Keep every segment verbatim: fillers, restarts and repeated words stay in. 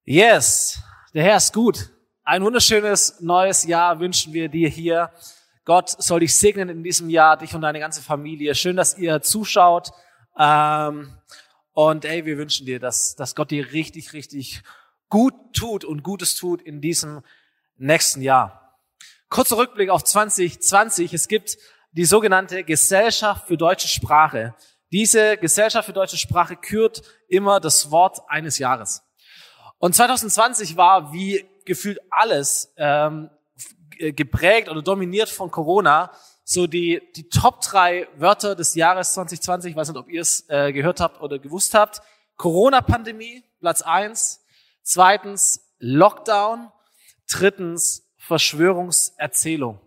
Yes, der Herr ist gut. Ein wunderschönes neues Jahr wünschen wir dir hier. Gott soll dich segnen in diesem Jahr, dich und deine ganze Familie. Schön, dass ihr zuschaut. Ähm, und ey, wir wünschen dir, dass, dass Gott dir richtig, richtig gut tut und Gutes tut in diesem nächsten Jahr. Kurzer Rückblick auf zwanzig zwanzig. Es gibt die sogenannte Gesellschaft für deutsche Sprache. Diese Gesellschaft für deutsche Sprache kürt immer das Wort eines Jahres. Und zwanzig zwanzig war wie gefühlt alles ähm, geprägt oder dominiert von Corona. So die die Top drei Wörter des Jahres zwanzig zwanzig, ich weiß nicht, ob ihr es äh, gehört habt oder gewusst habt. Corona-Pandemie, Platz eins. Zweitens Lockdown. Drittens Verschwörungserzählung.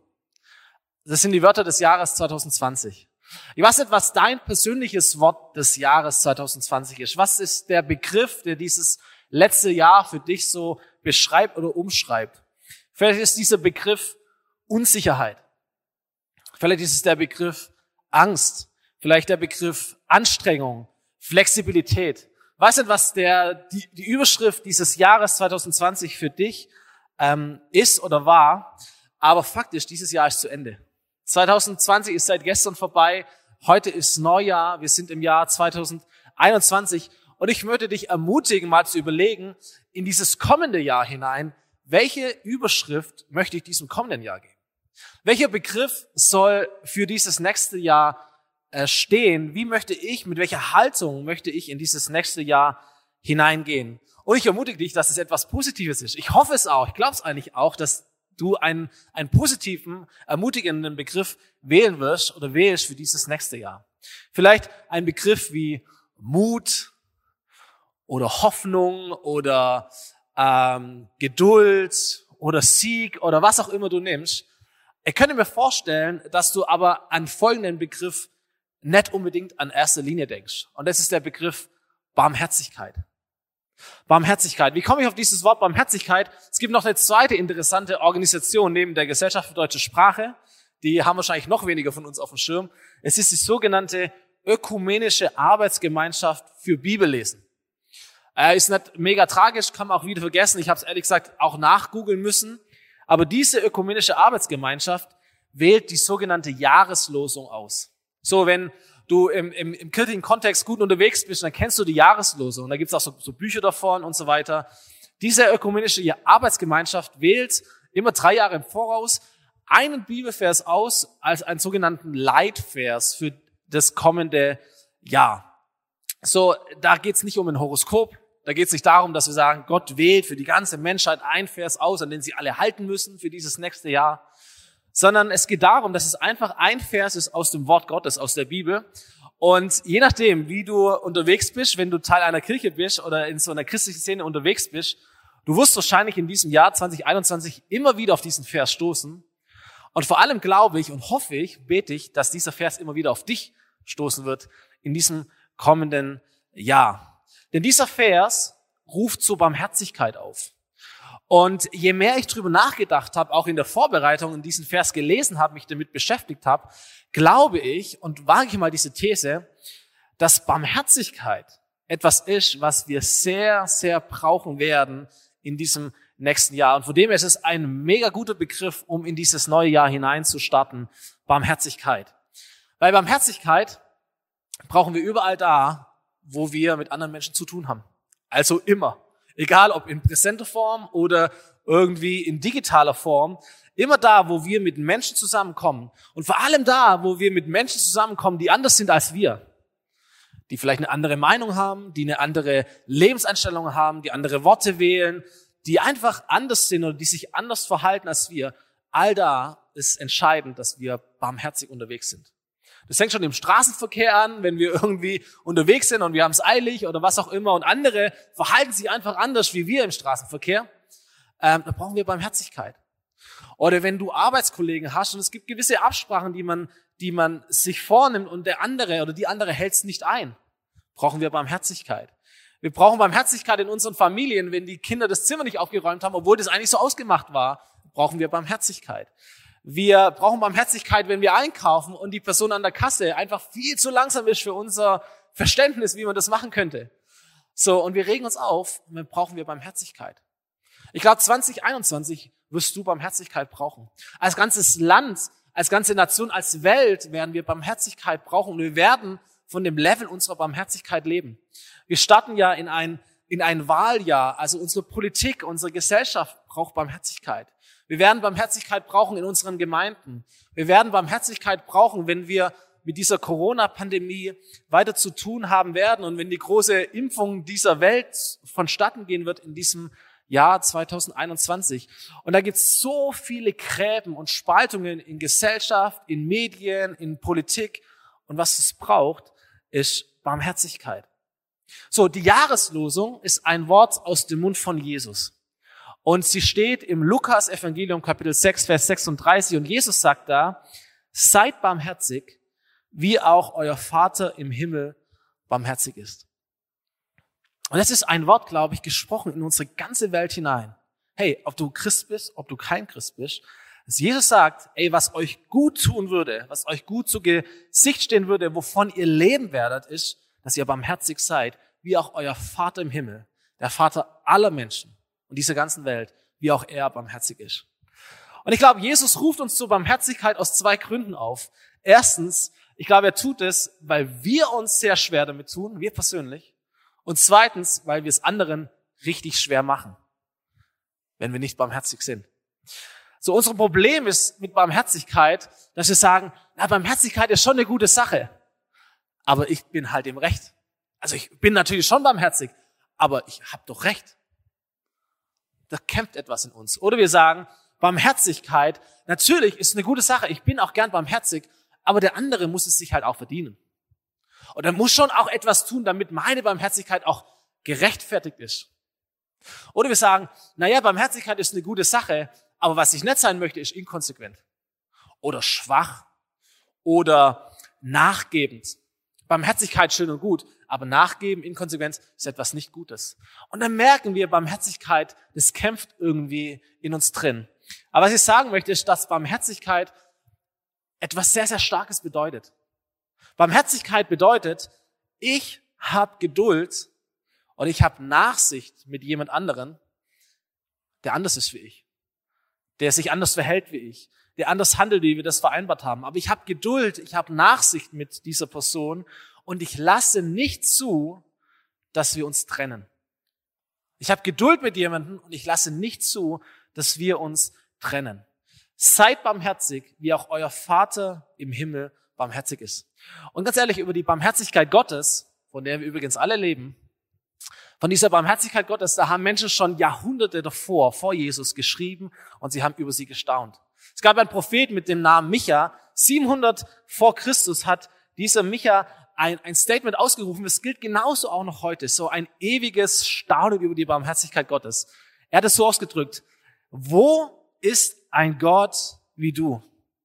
Das sind die Wörter des Jahres zwanzig zwanzig. Ich weiß nicht, was dein persönliches Wort des Jahres zwanzig zwanzig ist. Was ist der Begriff, der dieses letzte Jahr für dich so beschreibt oder umschreibt? Vielleicht ist dieser Begriff Unsicherheit. Vielleicht ist es der Begriff Angst. Vielleicht der Begriff Anstrengung, Flexibilität. Ich weiß nicht, was der, die, die Überschrift dieses Jahres zwanzig zwanzig für dich ähm, ist oder war. Aber faktisch, dieses Jahr ist zu Ende. zwanzig zwanzig ist seit gestern vorbei. Heute ist Neujahr. Wir sind im Jahr zwanzig einundzwanzig. Und ich möchte dich ermutigen, mal zu überlegen, in dieses kommende Jahr hinein, welche Überschrift möchte ich diesem kommenden Jahr geben? Welcher Begriff soll für dieses nächste Jahr stehen? Wie möchte ich, mit welcher Haltung möchte ich in dieses nächste Jahr hineingehen? Und ich ermutige dich, dass es etwas Positives ist. Ich hoffe es auch, ich glaube es eigentlich auch, dass du einen, einen positiven, ermutigenden Begriff wählen wirst oder wählst für dieses nächste Jahr. Vielleicht ein Begriff wie Mut, oder Hoffnung oder ähm, Geduld oder Sieg oder was auch immer du nimmst. Ich könnte mir vorstellen, dass du aber an folgenden Begriff nicht unbedingt an erster Linie denkst. Und das ist der Begriff Barmherzigkeit. Barmherzigkeit. Wie komme ich auf dieses Wort Barmherzigkeit? Es gibt noch eine zweite interessante Organisation neben der Gesellschaft für deutsche Sprache. Die haben wahrscheinlich noch weniger von uns auf dem Schirm. Es ist die sogenannte Ökumenische Arbeitsgemeinschaft für Bibellesen. Äh, ist nicht mega tragisch, kann man auch wieder vergessen. Ich habe es ehrlich gesagt auch nachgoogeln müssen. Aber diese ökumenische Arbeitsgemeinschaft wählt die sogenannte Jahreslosung aus. So, wenn du im, im, im kirchlichen Kontext gut unterwegs bist, dann kennst du die Jahreslosung. Da gibt's auch so, so Bücher davon und so weiter. Diese ökumenische Arbeitsgemeinschaft wählt immer drei Jahre im Voraus einen Bibelvers aus als einen sogenannten Leitvers für das kommende Jahr. So, da geht's nicht um ein Horoskop. Da geht es nicht darum, dass wir sagen, Gott wählt für die ganze Menschheit ein Vers aus, an den sie alle halten müssen für dieses nächste Jahr. Sondern es geht darum, dass es einfach ein Vers ist aus dem Wort Gottes, aus der Bibel. Und je nachdem, wie du unterwegs bist, wenn du Teil einer Kirche bist oder in so einer christlichen Szene unterwegs bist, du wirst wahrscheinlich in diesem Jahr zwanzig einundzwanzig immer wieder auf diesen Vers stoßen. Und vor allem glaube ich und hoffe ich, bete ich, dass dieser Vers immer wieder auf dich stoßen wird in diesem kommenden Jahr. Denn dieser Vers ruft zur Barmherzigkeit auf. Und je mehr ich drüber nachgedacht habe, auch in der Vorbereitung in diesen Vers gelesen habe, mich damit beschäftigt habe, glaube ich und wage ich mal diese These, dass Barmherzigkeit etwas ist, was wir sehr, sehr brauchen werden in diesem nächsten Jahr. Und von dem her ist es ein mega guter Begriff, um in dieses neue Jahr hineinzustarten, Barmherzigkeit. Weil Barmherzigkeit brauchen wir überall da, wo wir mit anderen Menschen zu tun haben. Also immer. Egal ob in präsenter Form oder irgendwie in digitaler Form. Immer da, wo wir mit Menschen zusammenkommen. Und vor allem da, wo wir mit Menschen zusammenkommen, die anders sind als wir. Die vielleicht eine andere Meinung haben, die eine andere Lebenseinstellung haben, die andere Worte wählen, die einfach anders sind oder die sich anders verhalten als wir. All da ist entscheidend, dass wir barmherzig unterwegs sind. Das fängt schon im Straßenverkehr an, wenn wir irgendwie unterwegs sind und wir haben es eilig oder was auch immer und andere verhalten sich einfach anders wie wir im Straßenverkehr. Ähm, da brauchen wir Barmherzigkeit. Oder wenn du Arbeitskollegen hast und es gibt gewisse Absprachen, die man, die man sich vornimmt und der andere oder die andere hält es nicht ein, brauchen wir Barmherzigkeit. Wir brauchen Barmherzigkeit in unseren Familien, wenn die Kinder das Zimmer nicht aufgeräumt haben, obwohl das eigentlich so ausgemacht war, brauchen wir Barmherzigkeit. Wir brauchen Barmherzigkeit, wenn wir einkaufen und die Person an der Kasse einfach viel zu langsam ist für unser Verständnis, wie man das machen könnte. So, und wir regen uns auf, und dann brauchen wir Barmherzigkeit. Ich glaube, zwanzig einundzwanzig wirst du Barmherzigkeit brauchen. Als ganzes Land, als ganze Nation, als Welt werden wir Barmherzigkeit brauchen. Und wir werden von dem Level unserer Barmherzigkeit leben. Wir starten ja in ein, in ein Wahljahr. Also unsere Politik, unsere Gesellschaft braucht Barmherzigkeit. Wir werden Barmherzigkeit brauchen in unseren Gemeinden. Wir werden Barmherzigkeit brauchen, wenn wir mit dieser Corona-Pandemie weiter zu tun haben werden und wenn die große Impfung dieser Welt vonstatten gehen wird in diesem Jahr zwanzig einundzwanzig. Und da gibt es so viele Gräben und Spaltungen in Gesellschaft, in Medien, in Politik. Und was es braucht, ist Barmherzigkeit. So, die Jahreslosung ist ein Wort aus dem Mund von Jesus. Und sie steht im Lukas-Evangelium Kapitel sechs, Vers sechsunddreißig. Und Jesus sagt da, seid barmherzig, wie auch euer Vater im Himmel barmherzig ist. Und das ist ein Wort, glaube ich, gesprochen in unsere ganze Welt hinein. Hey, ob du Christ bist, ob du kein Christ bist, dass Jesus sagt, ey, was euch gut tun würde, was euch gut zu Gesicht stehen würde, wovon ihr leben werdet, ist, dass ihr barmherzig seid, wie auch euer Vater im Himmel, der Vater aller Menschen und dieser ganzen Welt, wie auch er barmherzig ist. Und ich glaube, Jesus ruft uns zur Barmherzigkeit aus zwei Gründen auf. Erstens, ich glaube, er tut es, weil wir uns sehr schwer damit tun, wir persönlich. Und zweitens, weil wir es anderen richtig schwer machen, wenn wir nicht barmherzig sind. So, unser Problem ist mit Barmherzigkeit, dass wir sagen, na, Barmherzigkeit ist schon eine gute Sache, aber ich bin halt im Recht. Also ich bin natürlich schon barmherzig, aber ich habe doch Recht. Da kämpft etwas in uns. Oder wir sagen, Barmherzigkeit, natürlich ist eine gute Sache, ich bin auch gern barmherzig, aber der andere muss es sich halt auch verdienen. Und er muss schon auch etwas tun, damit meine Barmherzigkeit auch gerechtfertigt ist. Oder wir sagen, naja, Barmherzigkeit ist eine gute Sache, aber was ich nicht sein möchte, ist inkonsequent oder schwach oder nachgebend. Barmherzigkeit schön und gut, aber nachgeben, Inkonsequenz ist etwas nicht Gutes. Und dann merken wir, Barmherzigkeit, das kämpft irgendwie in uns drin. Aber was ich sagen möchte, ist, dass Barmherzigkeit etwas sehr, sehr Starkes bedeutet. Barmherzigkeit bedeutet, ich habe Geduld und ich habe Nachsicht mit jemand anderen, der anders ist wie ich, der sich anders verhält wie ich, der anders handelt, wie wir das vereinbart haben. Aber ich habe Geduld, ich habe Nachsicht mit dieser Person und ich lasse nicht zu, dass wir uns trennen. Ich habe Geduld mit jemandem und ich lasse nicht zu, dass wir uns trennen. Seid barmherzig, wie auch euer Vater im Himmel barmherzig ist. Und ganz ehrlich, über die Barmherzigkeit Gottes, von der wir übrigens alle leben, von dieser Barmherzigkeit Gottes, da haben Menschen schon Jahrhunderte davor, vor Jesus geschrieben und sie haben über sie gestaunt. Es gab einen Propheten mit dem Namen Micha. siebenhundert vor Christus hat dieser Micha ein, ein Statement ausgerufen. Das gilt genauso auch noch heute. So ein ewiges Staunen über die Barmherzigkeit Gottes. Er hat es so ausgedrückt. Wo ist ein Gott wie du?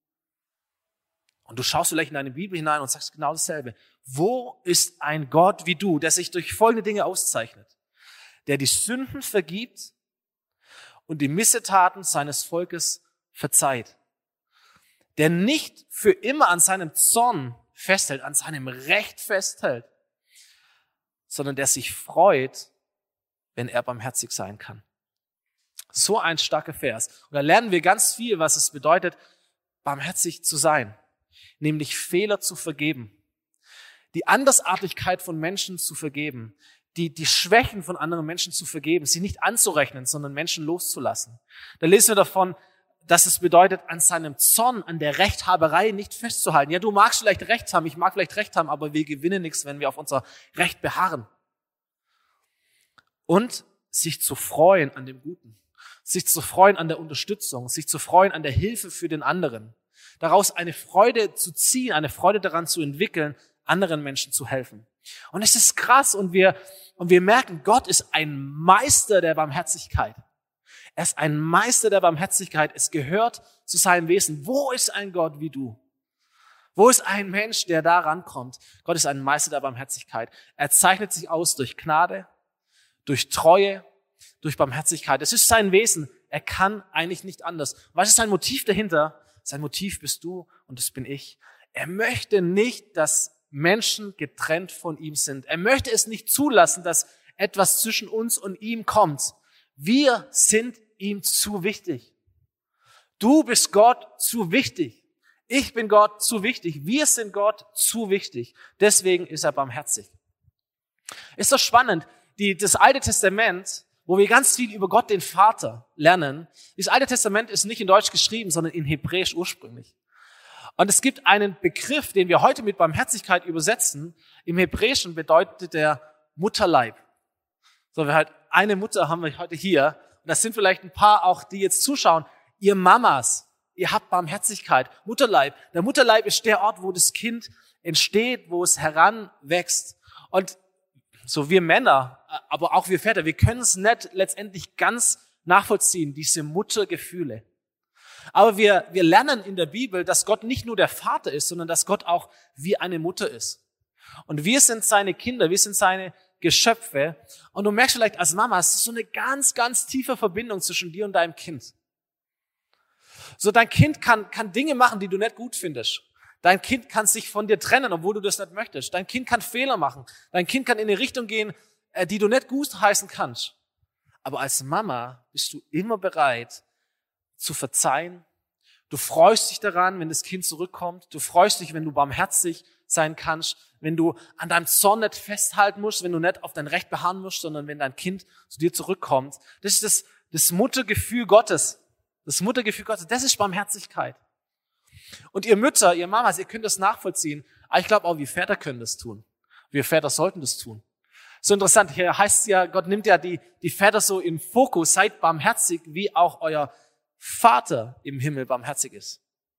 Und du schaust vielleicht in deine Bibel hinein und sagst genau dasselbe. Wo ist ein Gott wie du, der sich durch folgende Dinge auszeichnet? Der die Sünden vergibt und die Missetaten seines Volkes verzeiht. Der nicht für immer an seinem Zorn festhält, an seinem Recht festhält, sondern der sich freut, wenn er barmherzig sein kann. So ein starker Vers. Und da lernen wir ganz viel, was es bedeutet, barmherzig zu sein. Nämlich Fehler zu vergeben, die Andersartigkeit von Menschen zu vergeben, die, die Schwächen von anderen Menschen zu vergeben, sie nicht anzurechnen, sondern Menschen loszulassen. Da lesen wir davon, dass es bedeutet, an seinem Zorn, an der Rechthaberei nicht festzuhalten. Ja, du magst vielleicht Recht haben, ich mag vielleicht Recht haben, aber wir gewinnen nichts, wenn wir auf unser Recht beharren. Und sich zu freuen an dem Guten, sich zu freuen an der Unterstützung, sich zu freuen an der Hilfe für den anderen. Daraus eine Freude zu ziehen, eine Freude daran zu entwickeln, anderen Menschen zu helfen. Und es ist krass und wir, und wir merken, Gott ist ein Meister der Barmherzigkeit. Er ist ein Meister der Barmherzigkeit. Es gehört zu seinem Wesen. Wo ist ein Gott wie du? Wo ist ein Mensch, der da rankommt? Gott ist ein Meister der Barmherzigkeit. Er zeichnet sich aus durch Gnade, durch Treue, durch Barmherzigkeit. Es ist sein Wesen. Er kann eigentlich nicht anders. Was ist sein Motiv dahinter? Sein Motiv bist du und das bin ich. Er möchte nicht, dass Menschen getrennt von ihm sind. Er möchte es nicht zulassen, dass etwas zwischen uns und ihm kommt. Wir sind ihm zu wichtig. Du bist Gott zu wichtig. Ich bin Gott zu wichtig. Wir sind Gott zu wichtig. Deswegen ist er barmherzig. Ist doch spannend. Die, das Alte Testament, wo wir ganz viel über Gott, den Vater, lernen. Das Alte Testament ist nicht in Deutsch geschrieben, sondern in Hebräisch ursprünglich. Und es gibt einen Begriff, den wir heute mit Barmherzigkeit übersetzen. Im Hebräischen bedeutet der Mutterleib. So, wir halt eine Mutter haben wir heute hier. Und das sind vielleicht ein paar auch, die jetzt zuschauen. Ihr Mamas, ihr habt Barmherzigkeit. Mutterleib. Der Mutterleib ist der Ort, wo das Kind entsteht, wo es heranwächst. Und so wir Männer, aber auch wir Väter, wir können es nicht letztendlich ganz nachvollziehen, diese Muttergefühle. Aber wir, wir lernen in der Bibel, dass Gott nicht nur der Vater ist, sondern dass Gott auch wie eine Mutter ist. Und wir sind seine Kinder, wir sind seine Geschöpfe. Und du merkst vielleicht als Mama, es ist so eine ganz, ganz tiefe Verbindung zwischen dir und deinem Kind. So, dein Kind kann, kann Dinge machen, die du nicht gut findest. Dein Kind kann sich von dir trennen, obwohl du das nicht möchtest. Dein Kind kann Fehler machen. Dein Kind kann in eine Richtung gehen, die du nicht gut heißen kannst. Aber als Mama bist du immer bereit zu verzeihen. Du freust dich daran, wenn das Kind zurückkommt. Du freust dich, wenn du barmherzig sein kannst. Wenn du an deinem Zorn nicht festhalten musst, wenn du nicht auf dein Recht beharren musst, sondern wenn dein Kind zu dir zurückkommt. Das ist das, das Muttergefühl Gottes. Das Muttergefühl Gottes, das ist Barmherzigkeit. Und ihr Mütter, ihr Mamas, ihr könnt das nachvollziehen. Aber ich glaube auch, wir Väter können das tun. Wir Väter sollten das tun. So interessant, hier heißt es ja, Gott nimmt ja die, die Väter so in Fokus, seid barmherzig, wie auch euer Vater im Himmel barmherzig ist.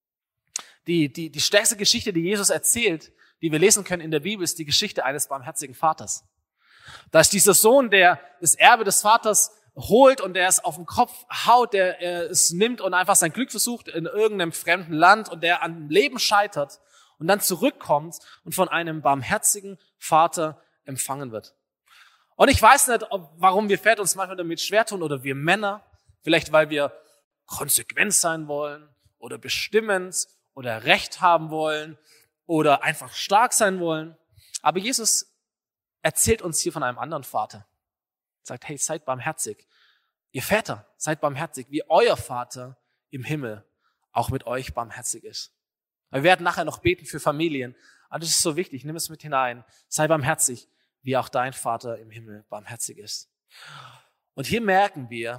Die, die, die stärkste Geschichte, die Jesus erzählt, die wir lesen können in der Bibel, ist die Geschichte eines barmherzigen Vaters. Da ist dieser Sohn, der das Erbe des Vaters holt und der es auf den Kopf haut, der er es nimmt und einfach sein Glück versucht in irgendeinem fremden Land und der am Leben scheitert und dann zurückkommt und von einem barmherzigen Vater empfangen wird. Und ich weiß nicht, ob, warum wir Väter uns manchmal damit schwer tun oder wir Männer, vielleicht weil wir konsequent sein wollen oder bestimmend oder Recht haben wollen oder einfach stark sein wollen. Aber Jesus erzählt uns hier von einem anderen Vater. Sagt, hey, seid barmherzig. Ihr Väter, seid barmherzig, wie euer Vater im Himmel auch mit euch barmherzig ist. Wir werden nachher noch beten für Familien. Aber das ist so wichtig, nimm es mit hinein. Sei barmherzig, wie auch dein Vater im Himmel barmherzig ist. Und hier merken wir,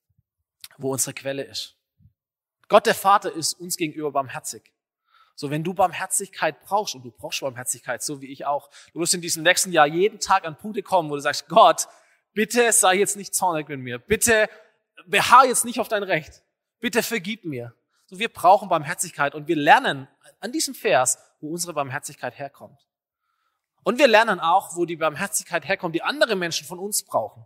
wo unsere Quelle ist. Gott, der Vater, ist uns gegenüber barmherzig. So, wenn du Barmherzigkeit brauchst, und du brauchst Barmherzigkeit, so wie ich auch, du wirst in diesem nächsten Jahr jeden Tag an Punkte kommen, wo du sagst, Gott, bitte sei jetzt nicht zornig mit mir. Bitte beharr jetzt nicht auf dein Recht. Bitte vergib mir. So, wir brauchen Barmherzigkeit und wir lernen an diesem Vers, wo unsere Barmherzigkeit herkommt. Und wir lernen auch, wo die Barmherzigkeit herkommt, die andere Menschen von uns brauchen.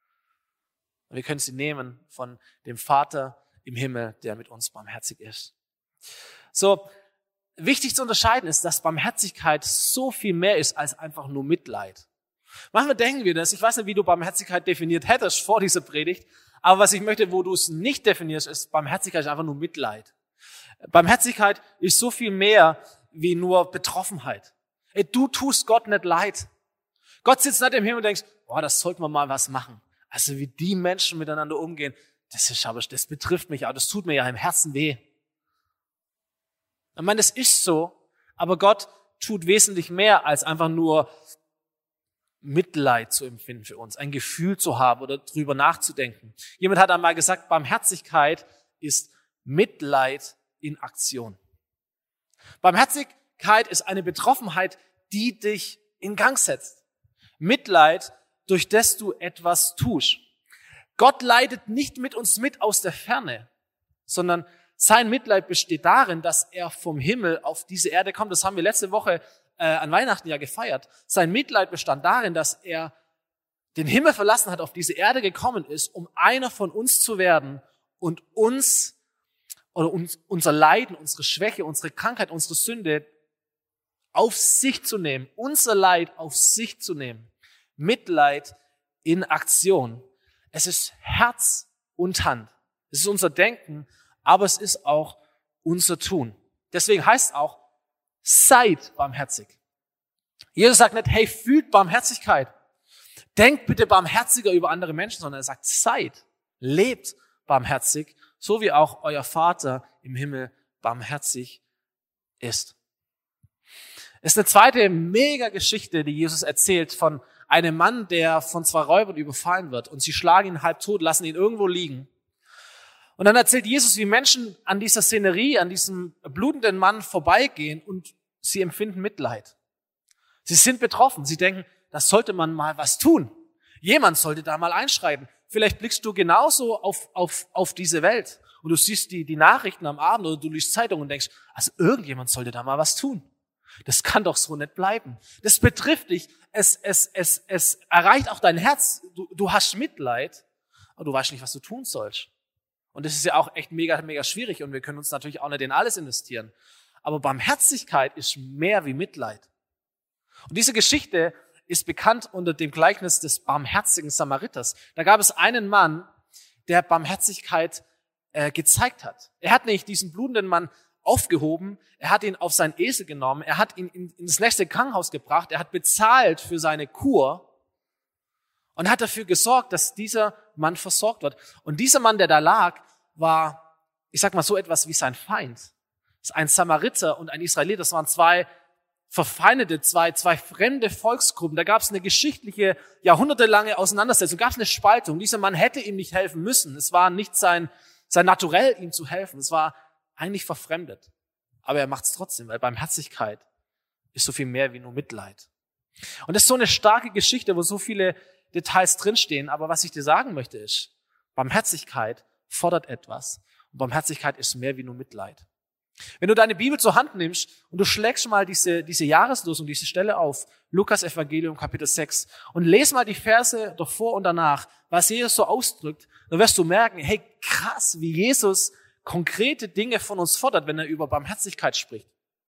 Und wir können sie nehmen von dem Vater im Himmel, der mit uns barmherzig ist. So, wichtig zu unterscheiden ist, dass Barmherzigkeit so viel mehr ist als einfach nur Mitleid. Manchmal denken wir das, ich weiß nicht, wie du Barmherzigkeit definiert hättest vor dieser Predigt, aber was ich möchte, wo du es nicht definierst, ist, Barmherzigkeit ist einfach nur Mitleid. Barmherzigkeit ist so viel mehr wie nur Betroffenheit. Ey, du tust Gott nicht leid. Gott sitzt nicht im Himmel und denkst, boah, das sollten wir mal was machen. Also wie die Menschen miteinander umgehen, das ist aber, das betrifft mich, aber das tut mir ja im Herzen weh. Ich meine, das ist so, aber Gott tut wesentlich mehr als einfach nur Mitleid zu empfinden für uns, ein Gefühl zu haben oder drüber nachzudenken. Jemand hat einmal gesagt, Barmherzigkeit ist Mitleid in Aktion. Barmherzigkeit ist eine Betroffenheit, die dich in Gang setzt. Mitleid, durch das du etwas tust. Gott leidet nicht mit uns mit aus der Ferne, sondern sein Mitleid besteht darin, dass er vom Himmel auf diese Erde kommt. Das haben wir letzte Woche äh, an Weihnachten ja gefeiert. Sein Mitleid bestand darin, dass er den Himmel verlassen hat, auf diese Erde gekommen ist, um einer von uns zu werden und uns oder uns, unser Leiden, unsere Schwäche, unsere Krankheit, unsere Sünde auf sich zu nehmen, unser Leid auf sich zu nehmen. Mitleid in Aktion. Es ist Herz und Hand. Es ist unser Denken, aber es ist auch unser Tun. Deswegen heißt es auch, seid barmherzig. Jesus sagt nicht, hey, fühlt Barmherzigkeit. denkt bitte barmherziger über andere Menschen, sondern er sagt, seid, lebt barmherzig, so wie auch euer Vater im Himmel barmherzig ist. Es ist eine zweite mega Geschichte, die Jesus erzählt von einem Mann, der von zwei Räubern überfallen wird und sie schlagen ihn halb tot, lassen ihn irgendwo liegen. Und dann erzählt Jesus, wie Menschen an dieser Szenerie, an diesem blutenden Mann vorbeigehen und sie empfinden Mitleid. Sie sind betroffen. Sie denken, das sollte man mal was tun. Jemand sollte da mal einschreiten. Vielleicht blickst du genauso auf, auf, auf diese Welt und du siehst die, die Nachrichten am Abend oder du liest Zeitungen und denkst, also irgendjemand sollte da mal was tun. Das kann doch so nicht bleiben. Das betrifft dich. Es, es, es, es erreicht auch dein Herz. Du, du hast Mitleid, aber du weißt nicht, was du tun sollst. Und das ist ja auch echt mega, mega schwierig und wir können uns natürlich auch nicht in alles investieren. Aber Barmherzigkeit ist mehr wie Mitleid. Und diese Geschichte ist bekannt unter dem Gleichnis des barmherzigen Samariters. Da gab es einen Mann, der Barmherzigkeit äh, gezeigt hat. Er hat nämlich diesen blutenden Mann aufgehoben, er hat ihn auf seinen Esel genommen, er hat ihn in, in das nächste Krankenhaus gebracht, er hat bezahlt für seine Kur und hat dafür gesorgt, dass dieser Mann versorgt wird. Und dieser Mann, der da lag, war, ich sag mal, so etwas wie sein Feind. Das ist ein Samariter und ein Israelit, das waren zwei verfeindete, zwei, zwei fremde Volksgruppen. Da gab es eine geschichtliche, jahrhundertelange Auseinandersetzung, gab es eine Spaltung. Dieser Mann hätte ihm nicht helfen müssen. Es war nicht sein, sein Naturell, ihm zu helfen. Es war eigentlich verfremdet. Aber er macht es trotzdem, weil Barmherzigkeit ist so viel mehr wie nur Mitleid. Und das ist so eine starke Geschichte, wo so viele Details drinstehen. Aber was ich dir sagen möchte ist, Barmherzigkeit fordert etwas. Und Barmherzigkeit ist mehr wie nur Mitleid. Wenn du deine Bibel zur Hand nimmst und du schlägst mal diese, diese Jahreslosung, diese Stelle auf, Lukas Evangelium Kapitel sechs, und lese mal die Verse davor und danach, was Jesus so ausdrückt, dann wirst du merken, hey, krass, wie Jesus konkrete Dinge von uns fordert, wenn er über Barmherzigkeit spricht.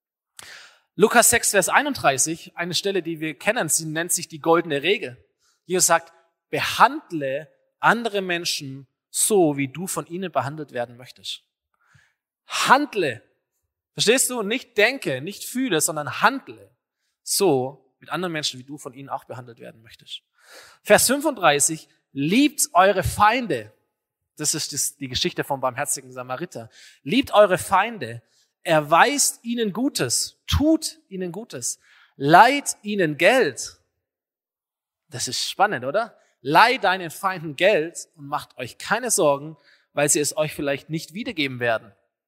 Lukas sechs, Vers einunddreißig, eine Stelle, die wir kennen, sie nennt sich die goldene Regel. Jesus sagt, behandle andere Menschen so, wie du von ihnen behandelt werden möchtest. Handle. Verstehst du? Nicht denke, nicht fühle, sondern handle so mit anderen Menschen, wie du von ihnen auch behandelt werden möchtest. Vers fünfunddreißig, liebt eure Feinde. Das ist die Geschichte vom barmherzigen Samariter. Liebt eure Feinde, erweist ihnen Gutes, tut ihnen Gutes, leiht ihnen Geld. Das ist spannend, oder? Leih deinen Feinden Geld und macht euch keine Sorgen, weil sie es euch vielleicht nicht wiedergeben werden.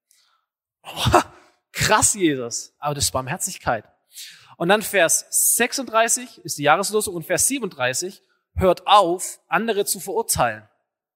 Oh, krass, Jesus. Aber das ist Barmherzigkeit. Und dann Vers sechsunddreißig ist die Jahreslosung und Vers siebenunddreißig, hört auf, andere zu verurteilen.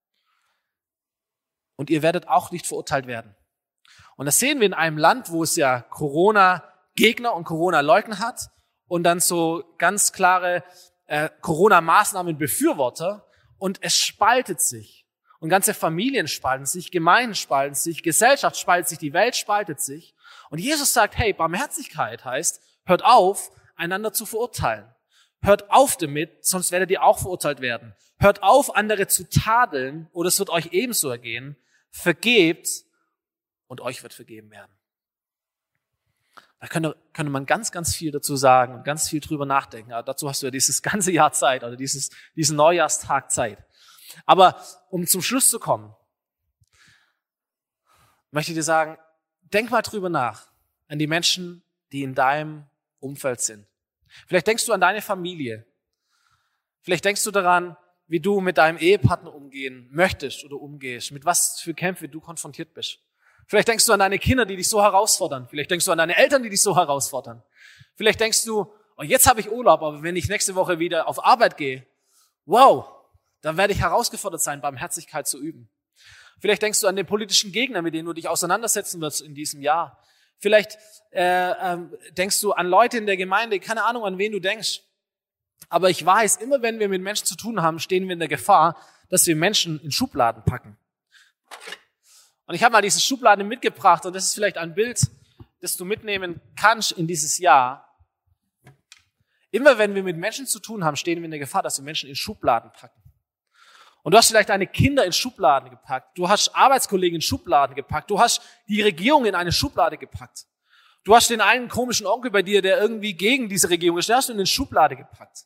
Und ihr werdet auch nicht verurteilt werden. Und das sehen wir in einem Land, wo es ja Corona-Gegner und Corona-Leugner hat und dann so ganz klare äh, Corona-Maßnahmen-Befürworter und es spaltet sich. Und ganze Familien spalten sich, Gemeinden spalten sich, Gesellschaft spaltet sich, die Welt spaltet sich. Und Jesus sagt, hey, Barmherzigkeit heißt, hört auf, einander zu verurteilen. Hört auf damit, sonst werdet ihr auch verurteilt werden. Hört auf, andere zu tadeln, oder es wird euch ebenso ergehen. Vergebt und euch wird vergeben werden. Da könnte, könnte man ganz, ganz viel dazu sagen und ganz viel drüber nachdenken. Aber dazu hast du ja dieses ganze Jahr Zeit, oder dieses, diesen Neujahrstag Zeit. Aber um zum Schluss zu kommen, möchte ich dir sagen, denk mal drüber nach, an die Menschen, die in deinem Umfeld sind. Vielleicht denkst du an deine Familie. Vielleicht denkst du daran, wie du mit deinem Ehepartner umgehen möchtest oder umgehst, mit was für Kämpfe du konfrontiert bist. Vielleicht denkst du an deine Kinder, die dich so herausfordern. Vielleicht denkst du an deine Eltern, die dich so herausfordern. Vielleicht denkst du, oh, jetzt habe ich Urlaub, aber wenn ich nächste Woche wieder auf Arbeit gehe, wow, dann werde ich herausgefordert sein, Barmherzigkeit zu üben. Vielleicht denkst du an den politischen Gegner, mit denen du dich auseinandersetzen wirst in diesem Jahr. Vielleicht äh, äh, denkst du an Leute in der Gemeinde, keine Ahnung, an wen du denkst. Aber ich weiß, immer wenn wir mit Menschen zu tun haben, stehen wir in der Gefahr, dass wir Menschen in Schubladen packen. Und ich habe mal diese Schubladen mitgebracht und das ist vielleicht ein Bild, das du mitnehmen kannst in dieses Jahr. Immer wenn wir mit Menschen zu tun haben, stehen wir in der Gefahr, dass wir Menschen in Schubladen packen. Und du hast vielleicht deine Kinder in Schubladen gepackt. Du hast Arbeitskollegen in Schubladen gepackt. Du hast die Regierung in eine Schublade gepackt. Du hast den einen komischen Onkel bei dir, der irgendwie gegen diese Regierung ist. Der hast du in eine Schublade gepackt.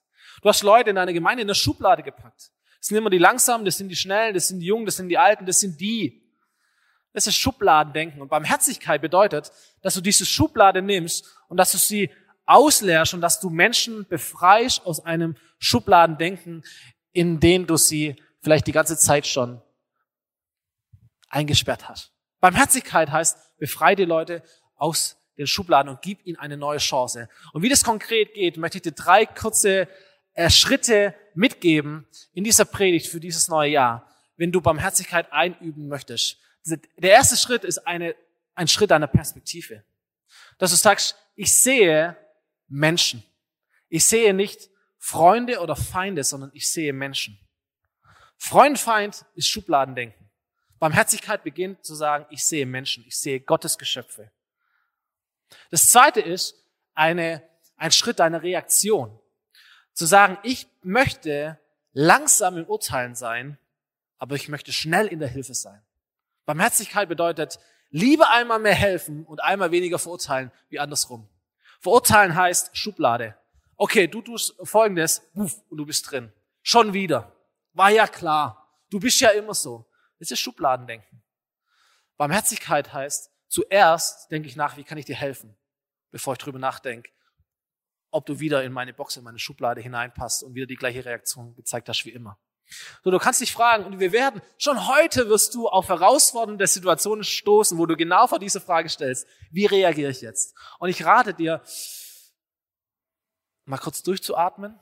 Du hast Leute in deiner Gemeinde in eine Schublade gepackt. Das sind immer die Langsamen, das sind die Schnellen, das sind die Jungen, das sind die Alten, das sind die. Das ist Schubladendenken. Und Barmherzigkeit bedeutet, dass du diese Schublade nimmst und dass du sie ausleerst und dass du Menschen befreist aus einem Schubladendenken, in den du sie vielleicht die ganze Zeit schon eingesperrt hast. Barmherzigkeit heißt, befreie die Leute aus den Schubladen und gib ihnen eine neue Chance. Und wie das konkret geht, möchte ich dir drei kurze äh, Schritte mitgeben in dieser Predigt für dieses neue Jahr, wenn du Barmherzigkeit einüben möchtest. Der erste Schritt ist eine, ein Schritt deiner Perspektive. Dass du sagst, ich sehe Menschen. Ich sehe nicht Freunde oder Feinde, sondern ich sehe Menschen. Freund, Feind ist Schubladendenken. Barmherzigkeit beginnt zu sagen, ich sehe Menschen, ich sehe Gottes Geschöpfe. Das zweite ist eine, ein Schritt deiner Reaktion. Zu sagen, ich möchte langsam im Urteilen sein, aber ich möchte schnell in der Hilfe sein. Barmherzigkeit bedeutet, lieber einmal mehr helfen und einmal weniger verurteilen, wie andersrum. Verurteilen heißt Schublade. Okay, du tust Folgendes, buff, und du bist drin. Schon wieder. War ja klar. Du bist ja immer so. Das ist Schubladendenken. Barmherzigkeit heißt, zuerst denke ich nach, wie kann ich dir helfen, bevor ich drüber nachdenke, ob du wieder in meine Box, in meine Schublade hineinpasst und wieder die gleiche Reaktion gezeigt hast wie immer. So, du kannst dich fragen, und wir werden, schon heute wirst du auf herausfordernde Situationen stoßen, wo du genau vor diese Frage stellst, wie reagiere ich jetzt? Und ich rate dir, mal kurz durchzuatmen,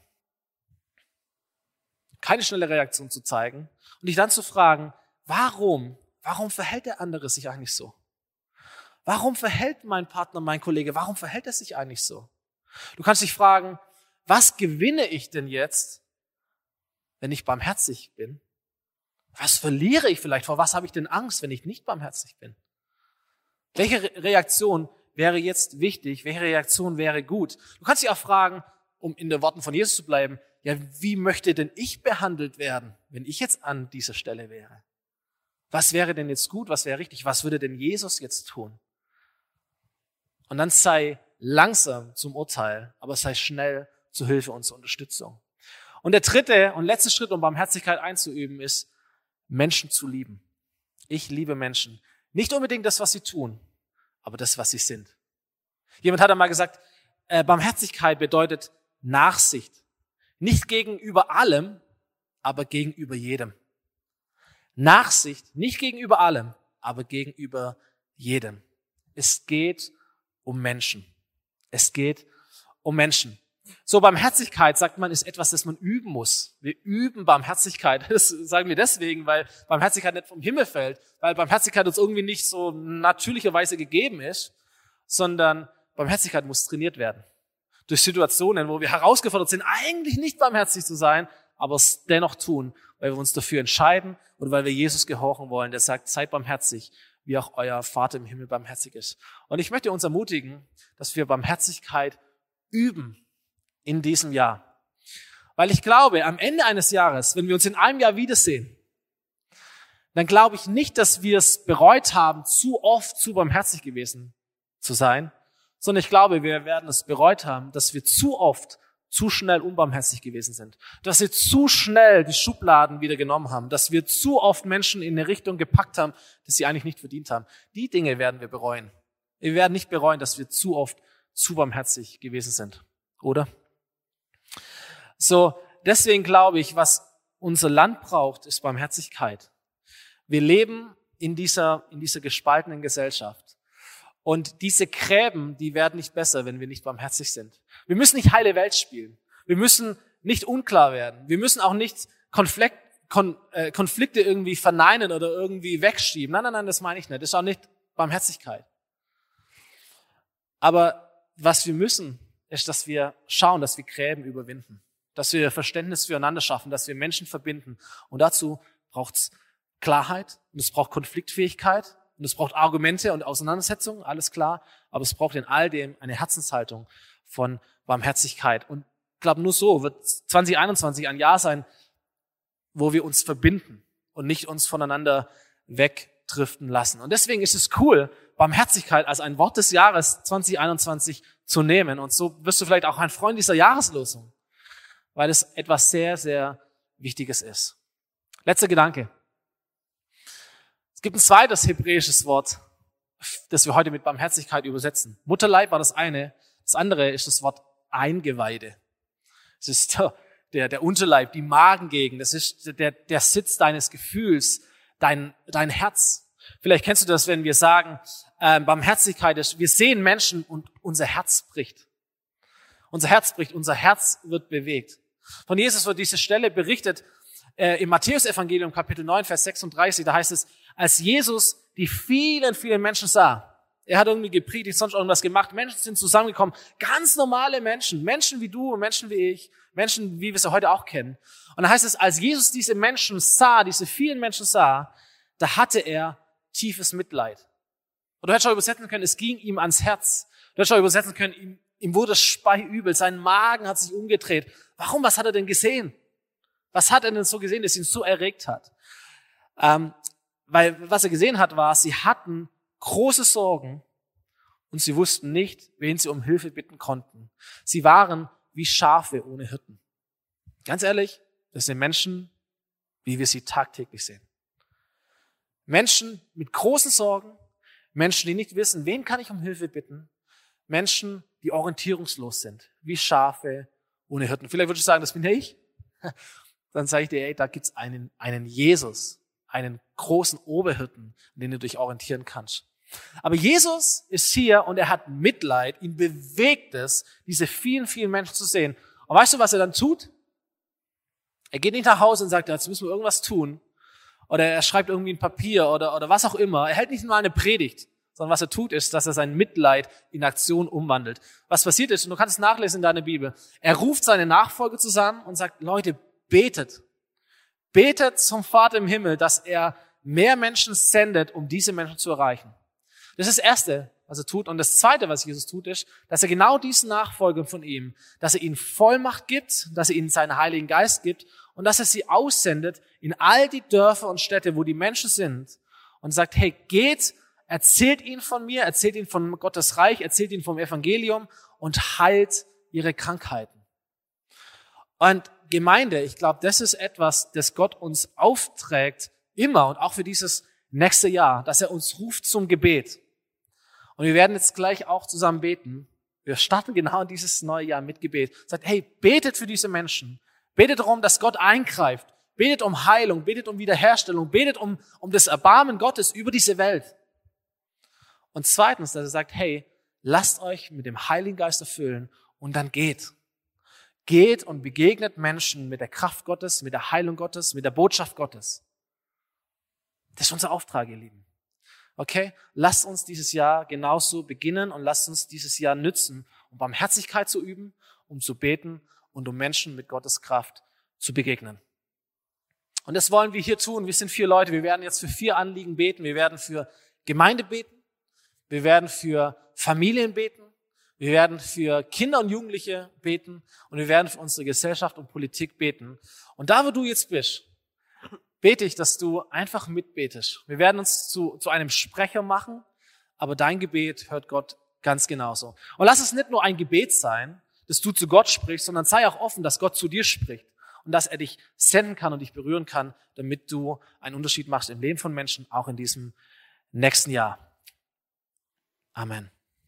keine schnelle Reaktion zu zeigen und dich dann zu fragen, warum, warum verhält der andere sich eigentlich so? Warum verhält mein Partner, mein Kollege, warum verhält er sich eigentlich so? Du kannst dich fragen, was gewinne ich denn jetzt, wenn ich barmherzig bin? Was verliere ich vielleicht? Vor was habe ich denn Angst, wenn ich nicht barmherzig bin? Welche Re- Reaktion wäre jetzt wichtig? Welche Reaktion wäre gut? Du kannst dich auch fragen, um in den Worten von Jesus zu bleiben, ja, wie möchte denn ich behandelt werden, wenn ich jetzt an dieser Stelle wäre? Was wäre denn jetzt gut? Was wäre richtig? Was würde denn Jesus jetzt tun? Und dann sei langsam zum Urteil, aber sei schnell zur Hilfe und zur Unterstützung. Und der dritte und letzte Schritt, um Barmherzigkeit einzuüben, ist, Menschen zu lieben. Ich liebe Menschen. Nicht unbedingt das, was sie tun, aber das, was sie sind. Jemand hat einmal gesagt, äh, Barmherzigkeit bedeutet Nachsicht. Nicht gegenüber allem, aber gegenüber jedem. Nachsicht, nicht gegenüber allem, aber gegenüber jedem. Es geht um Menschen. Es geht um Menschen. So, Barmherzigkeit, sagt man, ist etwas, das man üben muss. Wir üben Barmherzigkeit. Das sagen wir deswegen, weil Barmherzigkeit nicht vom Himmel fällt, weil Barmherzigkeit uns irgendwie nicht so natürlicherweise gegeben ist, sondern Barmherzigkeit muss trainiert werden. Durch Situationen, wo wir herausgefordert sind, eigentlich nicht barmherzig zu sein, aber es dennoch tun, weil wir uns dafür entscheiden und weil wir Jesus gehorchen wollen, der sagt, seid barmherzig, wie auch euer Vater im Himmel barmherzig ist. Und ich möchte uns ermutigen, dass wir Barmherzigkeit üben in diesem Jahr. Weil ich glaube, am Ende eines Jahres, wenn wir uns in einem Jahr wiedersehen, dann glaube ich nicht, dass wir es bereut haben, zu oft zu barmherzig gewesen zu sein, sondern ich glaube, wir werden es bereut haben, dass wir zu oft zu schnell unbarmherzig gewesen sind, dass wir zu schnell die Schubladen wieder genommen haben, dass wir zu oft Menschen in eine Richtung gepackt haben, die sie eigentlich nicht verdient haben. Die Dinge werden wir bereuen. Wir werden nicht bereuen, dass wir zu oft zu barmherzig gewesen sind, oder? So, deswegen glaube ich, was unser Land braucht, ist Barmherzigkeit. Wir leben in dieser, in dieser gespaltenen Gesellschaft. Und diese Gräben, die werden nicht besser, wenn wir nicht barmherzig sind. Wir müssen nicht heile Welt spielen. Wir müssen nicht unklar werden. Wir müssen auch nicht Konflikt, Kon, äh, Konflikte irgendwie verneinen oder irgendwie wegschieben. Nein, nein, nein, das meine ich nicht. Das ist auch nicht Barmherzigkeit. Aber was wir müssen, ist, dass wir schauen, dass wir Gräben überwinden. Dass wir Verständnis füreinander schaffen, dass wir Menschen verbinden. Und dazu braucht es Klarheit und es braucht Konfliktfähigkeit. Und es braucht Argumente und Auseinandersetzungen, alles klar. Aber es braucht in all dem eine Herzenshaltung von Barmherzigkeit. Und ich glaube, nur so wird zwanzig einundzwanzig ein Jahr sein, wo wir uns verbinden und nicht uns voneinander wegdriften lassen. Und deswegen ist es cool, Barmherzigkeit als ein Wort des Jahres zwanzig einundzwanzig zu nehmen. Und so wirst du vielleicht auch ein Freund dieser Jahreslosung. weil es etwas sehr, sehr Wichtiges ist. Letzter Gedanke. Es gibt ein zweites hebräisches Wort, das wir heute mit Barmherzigkeit übersetzen. Mutterleib war das eine, das andere ist das Wort Eingeweide. Es ist der, der, der Unterleib, die Magengegend, das ist der, der Sitz deines Gefühls, dein, dein Herz. Vielleicht kennst du das, wenn wir sagen, äh, Barmherzigkeit ist, wir sehen Menschen und unser Herz bricht. Unser Herz bricht, unser Herz wird bewegt. Von Jesus wird diese Stelle berichtet äh, im Matthäus-Evangelium, Kapitel neun, Vers sechsunddreißig, da heißt es, als Jesus die vielen, vielen Menschen sah, er hat irgendwie gepredigt, sonst irgendwas gemacht, Menschen sind zusammengekommen, ganz normale Menschen, Menschen wie du und Menschen wie ich, Menschen, wie wir sie heute auch kennen. Und da heißt es, als Jesus diese Menschen sah, diese vielen Menschen sah, da hatte er tiefes Mitleid. Und du hättest auch übersetzen können, es ging ihm ans Herz. Du hättest auch übersetzen können, ihm, ihm wurde speiübel, sein Magen hat sich umgedreht. Warum? Was hat er denn gesehen? Was hat er denn so gesehen, das ihn so erregt hat? Ähm, weil was er gesehen hat, war, sie hatten große Sorgen und sie wussten nicht, wen sie um Hilfe bitten konnten. Sie waren wie Schafe ohne Hirten. Ganz ehrlich, das sind Menschen, wie wir sie tagtäglich sehen. Menschen mit großen Sorgen, Menschen, die nicht wissen, wen kann ich um Hilfe bitten, Menschen, die orientierungslos sind, wie Schafe ohne Hirten. Vielleicht würdest du sagen, das bin ja ich. Dann sage ich dir, ey, da gibt's einen, einen Jesus, einen großen Oberhirten, an den du dich orientieren kannst. Aber Jesus ist hier und er hat Mitleid, ihn bewegt es, diese vielen, vielen Menschen zu sehen. Und weißt du, was er dann tut? Er geht nicht nach Hause und sagt, jetzt müssen wir irgendwas tun. Oder er schreibt irgendwie ein Papier oder, oder was auch immer. Er hält nicht mal eine Predigt, sondern was er tut, ist, dass er sein Mitleid in Aktion umwandelt. Was passiert ist, und du kannst es nachlesen in deiner Bibel, er ruft seine Nachfolger zusammen und sagt, Leute, betet. Betet zum Vater im Himmel, dass er mehr Menschen sendet, um diese Menschen zu erreichen. Das ist das Erste, was er tut. Und das Zweite, was Jesus tut, ist, dass er genau diesen Nachfolgern von ihm, dass er ihnen Vollmacht gibt, dass er ihnen seinen Heiligen Geist gibt und dass er sie aussendet in all die Dörfer und Städte, wo die Menschen sind und sagt, hey, geht, erzählt ihnen von mir, erzählt ihnen von Gottes Reich, erzählt ihnen vom Evangelium und heilt ihre Krankheiten. Und Gemeinde, ich glaube, das ist etwas, das Gott uns aufträgt, immer und auch für dieses nächste Jahr, dass er uns ruft zum Gebet. Und wir werden jetzt gleich auch zusammen beten. Wir starten genau dieses neue Jahr mit Gebet. Sagt, hey, betet für diese Menschen. Betet darum, dass Gott eingreift. Betet um Heilung, betet um Wiederherstellung, betet um, um das Erbarmen Gottes über diese Welt. Und zweitens, dass er sagt, hey, lasst euch mit dem Heiligen Geist erfüllen und dann geht. Geht und begegnet Menschen mit der Kraft Gottes, mit der Heilung Gottes, mit der Botschaft Gottes. Das ist unser Auftrag, ihr Lieben. Okay? Lasst uns dieses Jahr genauso beginnen und lasst uns dieses Jahr nützen, um Barmherzigkeit zu üben, um zu beten und um Menschen mit Gottes Kraft zu begegnen. Und das wollen wir hier tun. Wir sind vier Leute. Wir werden jetzt für vier Anliegen beten. Wir werden für Gemeinde beten. Wir werden für Familien beten. Wir werden für Kinder und Jugendliche beten. Und wir werden für unsere Gesellschaft und Politik beten. Und da, wo du jetzt bist, bete ich, dass du einfach mitbetest. Wir werden uns zu, zu einem Sprecher machen, aber dein Gebet hört Gott ganz genauso. Und lass es nicht nur ein Gebet sein, dass du zu Gott sprichst, sondern sei auch offen, dass Gott zu dir spricht und dass er dich senden kann und dich berühren kann, damit du einen Unterschied machst im Leben von Menschen, auch in diesem nächsten Jahr. Amen.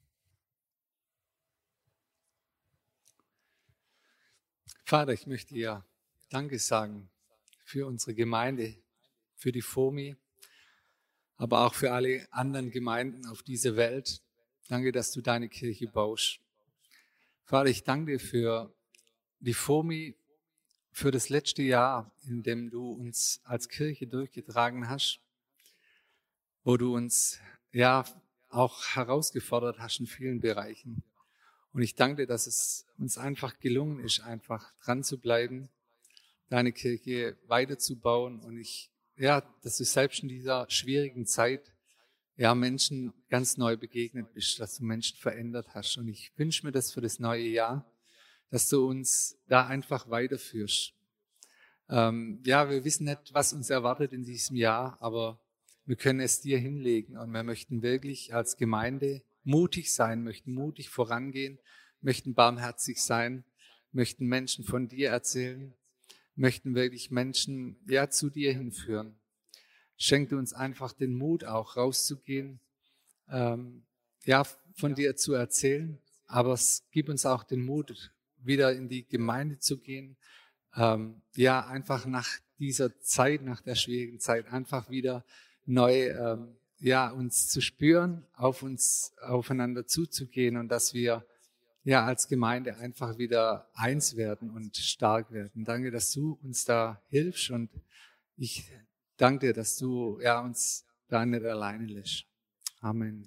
Vater, ich möchte dir Danke sagen für unsere Gemeinde, für die F O M I, aber auch für alle anderen Gemeinden auf dieser Welt. Danke, dass du deine Kirche baust. Vater, ich danke dir für die F O M I, für das letzte Jahr, in dem du uns als Kirche durchgetragen hast, wo du uns ja auch herausgefordert hast in vielen Bereichen. Und ich danke dir, dass es uns einfach gelungen ist, einfach dran zu bleiben, deine Kirche weiterzubauen. Und ich, ja, dass du selbst in dieser schwierigen Zeit ja Menschen ganz neu begegnet bist, dass du Menschen verändert hast. Und ich wünsche mir das für das neue Jahr, dass du uns da einfach weiterführst. Ähm, ja, wir wissen nicht, was uns erwartet in diesem Jahr, aber wir können es dir hinlegen und wir möchten wirklich als Gemeinde mutig sein, möchten mutig vorangehen, möchten barmherzig sein, möchten Menschen von dir erzählen, möchten wirklich Menschen ja zu dir hinführen. Schenk du uns einfach den Mut, auch rauszugehen, ähm, ja, von dir zu erzählen, aber es gibt uns auch den Mut, wieder in die Gemeinde zu gehen, ähm, ja, einfach nach dieser Zeit, nach der schwierigen Zeit, einfach wieder neu, ähm, ja, uns zu spüren, auf uns, aufeinander zuzugehen und dass wir ja als Gemeinde einfach wieder eins werden und stark werden. Danke, dass du uns da hilfst und ich danke dir, dass du ja uns da nicht alleine lässt. Amen.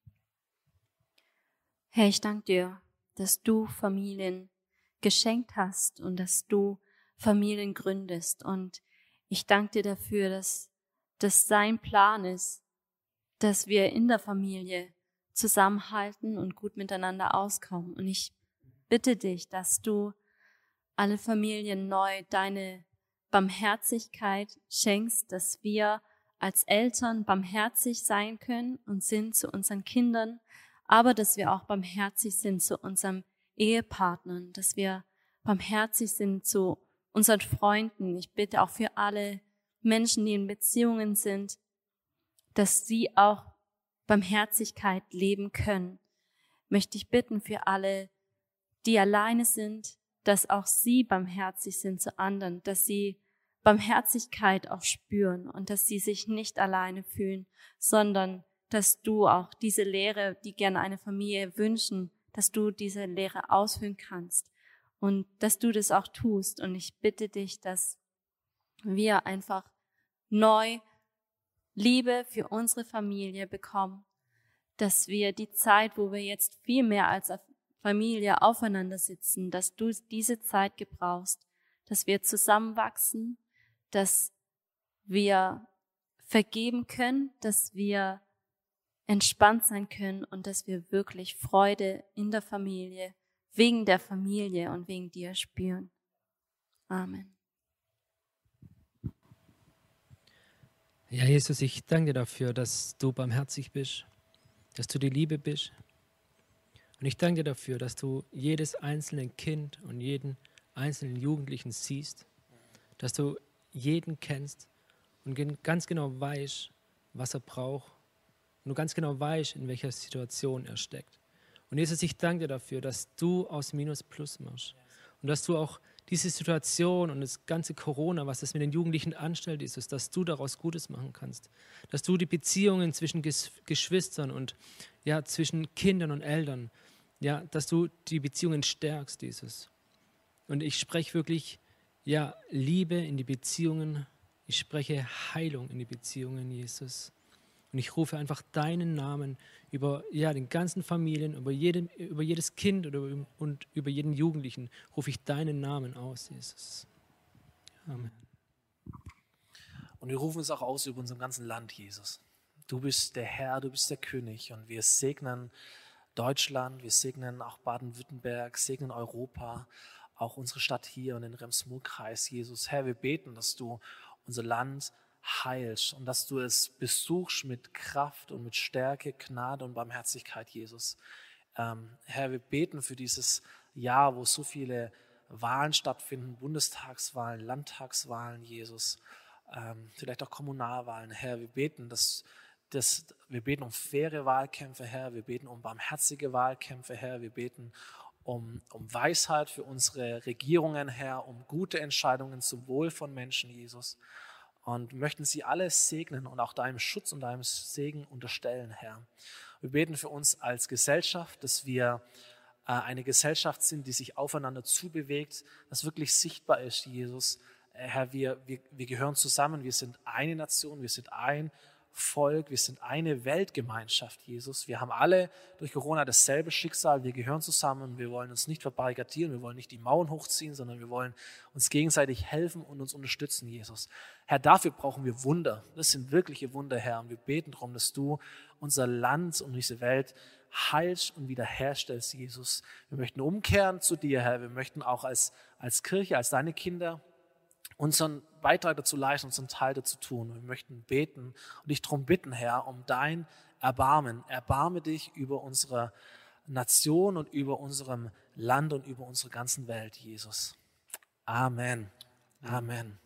Herr, ich danke dir, dass du Familien geschenkt hast und dass du Familien gründest. Und ich danke dir dafür, dass das sein Plan ist, dass wir in der Familie zusammenhalten und gut miteinander auskommen. Und ich bitte dich, dass du alle Familien neu deine Barmherzigkeit schenkst, dass wir als Eltern barmherzig sein können und sind zu unseren Kindern, aber dass wir auch barmherzig sind zu unseren Ehepartnern, dass wir barmherzig sind zu unseren Freunden. Ich bitte auch für alle Menschen, die in Beziehungen sind, dass sie auch Barmherzigkeit leben können. Möchte ich bitten für alle, die alleine sind, dass auch sie barmherzig sind zu anderen, dass sie Barmherzigkeit auch spüren und dass sie sich nicht alleine fühlen, sondern dass du auch diese Lehre, die gerne eine Familie wünschen, dass du diese Lehre ausführen kannst und dass du das auch tust. Und ich bitte dich, dass wir einfach neu Liebe für unsere Familie bekommen, dass wir die Zeit, wo wir jetzt viel mehr als Familie aufeinander sitzen, dass du diese Zeit gebrauchst, dass wir zusammenwachsen, dass wir vergeben können, dass wir entspannt sein können und dass wir wirklich Freude in der Familie, wegen der Familie und wegen dir spüren. Amen. Ja, Jesus, ich danke dir dafür, dass du barmherzig bist, dass du die Liebe bist. Und ich danke dir dafür, dass du jedes einzelne Kind und jeden einzelnen Jugendlichen siehst, dass du jeden kennst und ganz genau weißt, was er braucht und du ganz genau weißt, in welcher Situation er steckt. Und Jesus, ich danke dir dafür, dass du aus Minus Plus machst und dass du auch diese Situation und das ganze Corona, was das mit den Jugendlichen anstellt, Jesus, dass du daraus Gutes machen kannst, dass du die Beziehungen zwischen Ges- Geschwistern und ja, zwischen Kindern und Eltern, ja, dass du die Beziehungen stärkst, Jesus. Und ich spreche wirklich ja, Liebe in die Beziehungen, ich spreche Heilung in die Beziehungen, Jesus. Und ich rufe einfach deinen Namen über ja, den ganzen Familien, über, jedem, über jedes Kind oder, und über jeden Jugendlichen, rufe ich deinen Namen aus, Jesus. Amen. Und wir rufen es auch aus über unserem ganzen Land, Jesus. Du bist der Herr, du bist der König und wir segnen Deutschland, wir segnen auch Baden-Württemberg, segnen Europa, auch unsere Stadt hier und den Rems-Murr-Kreis, Jesus. Herr, wir beten, dass du unser Land heilst und dass du es besuchst mit Kraft und mit Stärke, Gnade und Barmherzigkeit, Jesus. Ähm, Herr, wir beten für dieses Jahr, wo so viele Wahlen stattfinden, Bundestagswahlen, Landtagswahlen, Jesus, ähm, vielleicht auch Kommunalwahlen. Herr, wir beten, dass Das, wir beten um faire Wahlkämpfe, Herr. Wir beten um barmherzige Wahlkämpfe, Herr. Wir beten um, um Weisheit für unsere Regierungen, Herr, um gute Entscheidungen zum Wohl von Menschen, Jesus. Und möchten sie alle segnen und auch deinem Schutz und deinem Segen unterstellen, Herr. Wir beten für uns als Gesellschaft, dass wir äh, eine Gesellschaft sind, die sich aufeinander zubewegt, das wirklich sichtbar ist, Jesus. Äh, Herr, wir, wir, wir gehören zusammen, wir sind eine Nation, wir sind ein Volk, wir sind eine Weltgemeinschaft, Jesus. Wir haben alle durch Corona dasselbe Schicksal, wir gehören zusammen, wir wollen uns nicht verbarrikadieren, wir wollen nicht die Mauern hochziehen, sondern wir wollen uns gegenseitig helfen und uns unterstützen, Jesus. Herr, dafür brauchen wir Wunder, das sind wirkliche Wunder, Herr, und wir beten darum, dass du unser Land und diese Welt heilst und wiederherstellst, Jesus. Wir möchten umkehren zu dir, Herr, wir möchten auch als, als Kirche, als deine Kinder unseren Beitrag dazu leisten, unseren Teil dazu tun. Wir möchten beten und dich darum bitten, Herr, um dein Erbarmen. Erbarme dich über unsere Nation und über unserem Land und über unsere ganzen Welt, Jesus. Amen. Amen.